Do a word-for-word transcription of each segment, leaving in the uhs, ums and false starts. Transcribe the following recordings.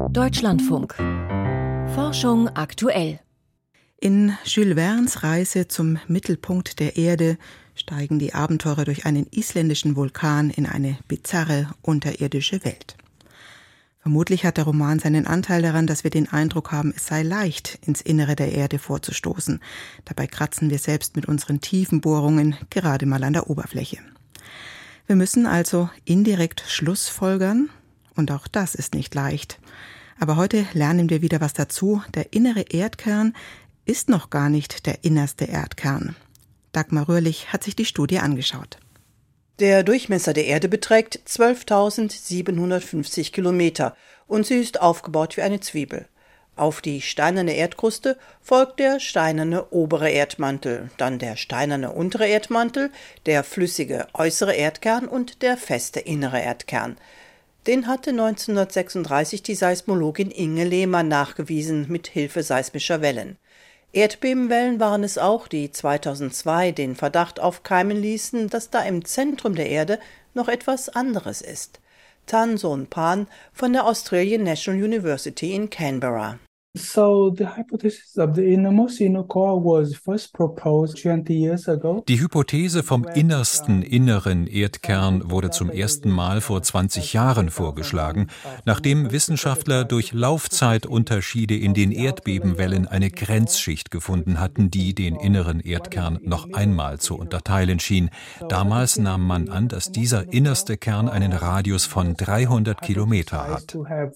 Deutschlandfunk. Forschung aktuell. In Jules Vernes Reise zum Mittelpunkt der Erde steigen die Abenteurer durch einen isländischen Vulkan in eine bizarre unterirdische Welt. Vermutlich hat der Roman seinen Anteil daran, dass wir den Eindruck haben, es sei leicht, ins Innere der Erde vorzustoßen. Dabei kratzen wir selbst mit unseren tiefen Bohrungen gerade mal an der Oberfläche. Wir müssen also indirekt schlussfolgern, und auch das ist nicht leicht. Aber heute lernen wir wieder was dazu. Der innere Erdkern ist noch gar nicht der innerste Erdkern. Dagmar Röhrlich hat sich die Studie angeschaut. Der Durchmesser der Erde beträgt zwölftausendsiebenhundertfünfzig Kilometer und sie ist aufgebaut wie eine Zwiebel. Auf die steinerne Erdkruste folgt der steinerne obere Erdmantel, dann der steinerne untere Erdmantel, der flüssige äußere Erdkern und der feste innere Erdkern. Den hatte neunzehnhundertsechsunddreißig die Seismologin Inge Lehmann nachgewiesen mit Hilfe seismischer Wellen. Erdbebenwellen waren es auch, die zweitausendzwei den Verdacht aufkeimen ließen, dass da im Zentrum der Erde noch etwas anderes ist. Tan Son-pan von der Australian National University in Canberra. So the hypothesis of the innermost inner core was first proposed twenty years ago. Die Hypothese vom innersten inneren Erdkern wurde zum ersten Mal vor zwanzig Jahren vorgeschlagen, nachdem Wissenschaftler durch Laufzeitunterschiede in den Erdbebenwellen eine Grenzschicht gefunden hatten, die den inneren Erdkern noch einmal zu unterteilen schien. Damals nahm man an, dass dieser innerste Kern einen Radius von dreihundert Kilometer hat.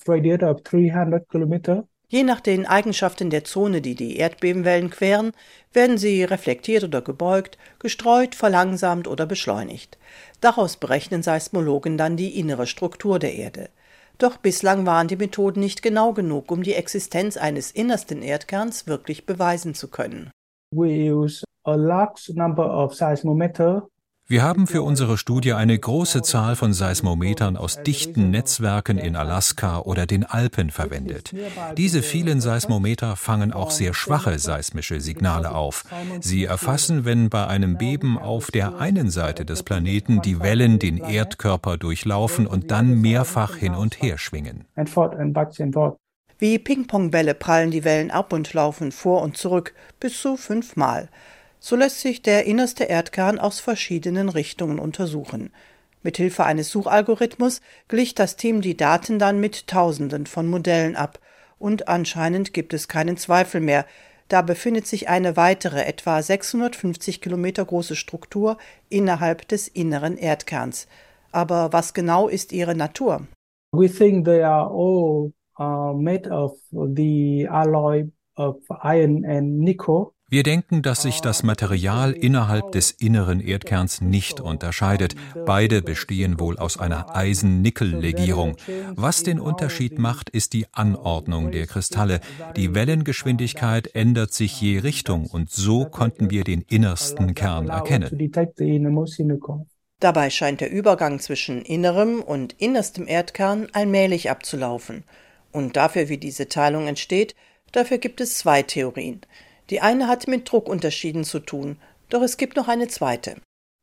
Je nach den Eigenschaften der Zone, die die Erdbebenwellen queren, werden sie reflektiert oder gebeugt, gestreut, verlangsamt oder beschleunigt. Daraus berechnen Seismologen dann die innere Struktur der Erde. Doch bislang waren die Methoden nicht genau genug, um die Existenz eines innersten Erdkerns wirklich beweisen zu können. We use a large number of seismometers. Wir haben für unsere Studie eine große Zahl von Seismometern aus dichten Netzwerken in Alaska oder den Alpen verwendet. Diese vielen Seismometer fangen auch sehr schwache seismische Signale auf. Sie erfassen, wenn bei einem Beben auf der einen Seite des Planeten die Wellen den Erdkörper durchlaufen und dann mehrfach hin und her schwingen. Wie Ping-Pong-Bälle prallen die Wellen ab und laufen vor und zurück, bis zu fünfmal. So lässt sich der innerste Erdkern aus verschiedenen Richtungen untersuchen. Mithilfe eines Suchalgorithmus glich das Team die Daten dann mit Tausenden von Modellen ab. Und anscheinend gibt es keinen Zweifel mehr. Da befindet sich eine weitere, etwa sechshundertfünfzig Kilometer große Struktur innerhalb des inneren Erdkerns. Aber was genau ist ihre Natur? We think they are all uh, made of the alloy of iron and nickel. Wir denken, dass sich das Material innerhalb des inneren Erdkerns nicht unterscheidet. Beide bestehen wohl aus einer Eisen-Nickel-Legierung. Was den Unterschied macht, ist die Anordnung der Kristalle. Die Wellengeschwindigkeit ändert sich je Richtung und so konnten wir den innersten Kern erkennen. Dabei scheint der Übergang zwischen innerem und innerstem Erdkern allmählich abzulaufen. Und dafür, wie diese Teilung entsteht, dafür gibt es zwei Theorien. Die eine hat mit Druckunterschieden zu tun, doch es gibt noch eine zweite.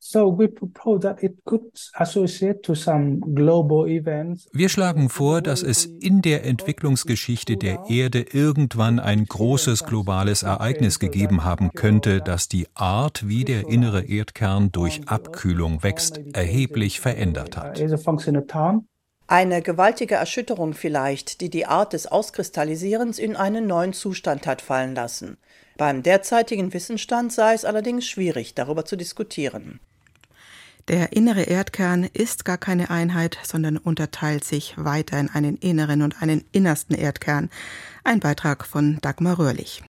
Wir schlagen vor, dass es in der Entwicklungsgeschichte der Erde irgendwann ein großes globales Ereignis gegeben haben könnte, das die Art, wie der innere Erdkern durch Abkühlung wächst, erheblich verändert hat. Eine gewaltige Erschütterung vielleicht, die die Art des Auskristallisierens in einen neuen Zustand hat fallen lassen. Beim derzeitigen Wissensstand sei es allerdings schwierig, darüber zu diskutieren. Der innere Erdkern ist gar keine Einheit, sondern unterteilt sich weiter in einen inneren und einen innersten Erdkern. Ein Beitrag von Dagmar Röhrlich.